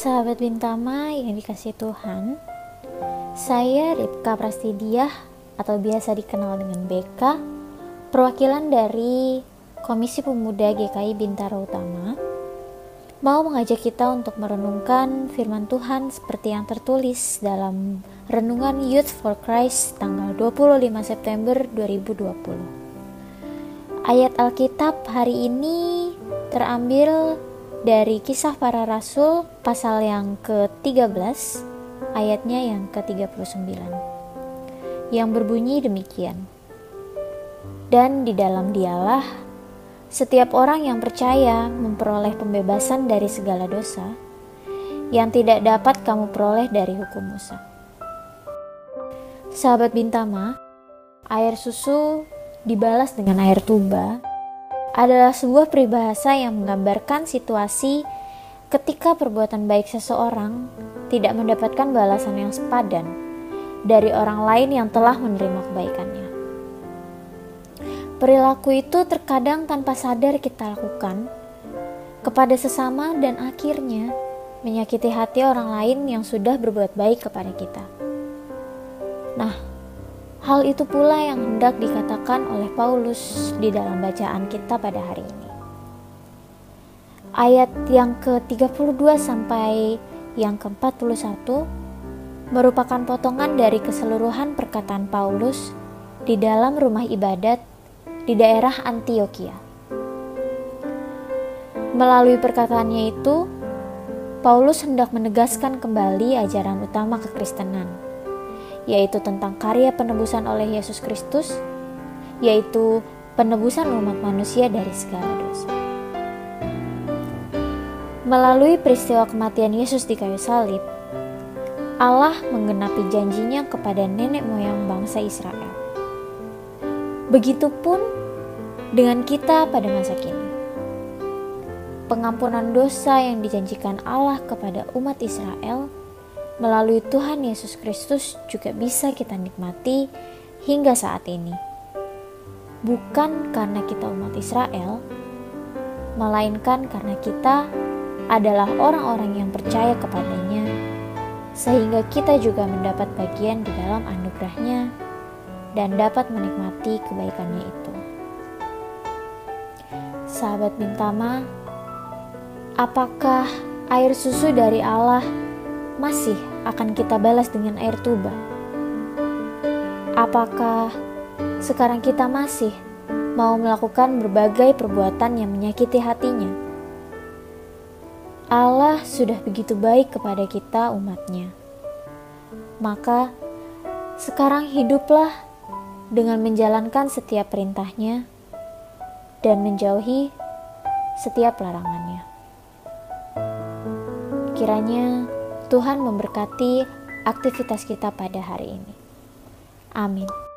Sahabat Bintama yang dikasihi Tuhan, saya Ripka Prastidiah atau biasa dikenal dengan BK, perwakilan dari Komisi Pemuda GKI Bintaro Utama, mau mengajak kita untuk merenungkan firman Tuhan seperti yang tertulis dalam Renungan Youth for Christ tanggal 25 September 2020. Ayat Alkitab hari ini terambil dari Kisah Para Rasul pasal yang ke-13 ayatnya yang ke-39 yang berbunyi demikian. Dan di dalam Dialah setiap orang yang percaya memperoleh pembebasan dari segala dosa yang tidak dapat kamu peroleh dari hukum Musa. Sahabat Bintama, air susu dibalas dengan air tuba adalah sebuah peribahasa yang menggambarkan situasi ketika perbuatan baik seseorang tidak mendapatkan balasan yang sepadan dari orang lain yang telah menerima kebaikannya. Perilaku itu terkadang tanpa sadar kita lakukan kepada sesama dan akhirnya menyakiti hati orang lain yang sudah berbuat baik kepada kita. Nah, hal itu pula yang hendak dikatakan oleh Paulus di dalam bacaan kita pada hari ini. Ayat yang ke-32 sampai yang ke-41 merupakan potongan dari keseluruhan perkataan Paulus di dalam rumah ibadat di daerah Antiokhia. Melalui perkataannya itu, Paulus hendak menegaskan kembali ajaran utama kekristenan, yaitu tentang karya penebusan oleh Yesus Kristus, yaitu penebusan umat manusia dari segala dosa. Melalui peristiwa kematian Yesus di kayu salib, Allah menggenapi janjinya kepada nenek moyang bangsa Israel. Begitupun dengan kita pada masa kini. Pengampunan dosa yang dijanjikan Allah kepada umat Israel melalui Tuhan Yesus Kristus juga bisa kita nikmati hingga saat ini. Bukan karena kita umat Israel, melainkan karena kita adalah orang-orang yang percaya kepadanya, sehingga kita juga mendapat bagian di dalam anugerah-Nya dan dapat menikmati kebaikannya itu. Sahabat Bintama, apakah air susu dari Allah masih akan kita balas dengan air tuba? Apakah sekarang kita masih mau melakukan berbagai perbuatan yang menyakiti hatinya? Allah sudah begitu baik kepada kita umatnya. Maka sekarang hiduplah dengan menjalankan setiap perintahnya dan menjauhi setiap larangannya. Kiranya Tuhan memberkati aktivitas kita pada hari ini. Amin.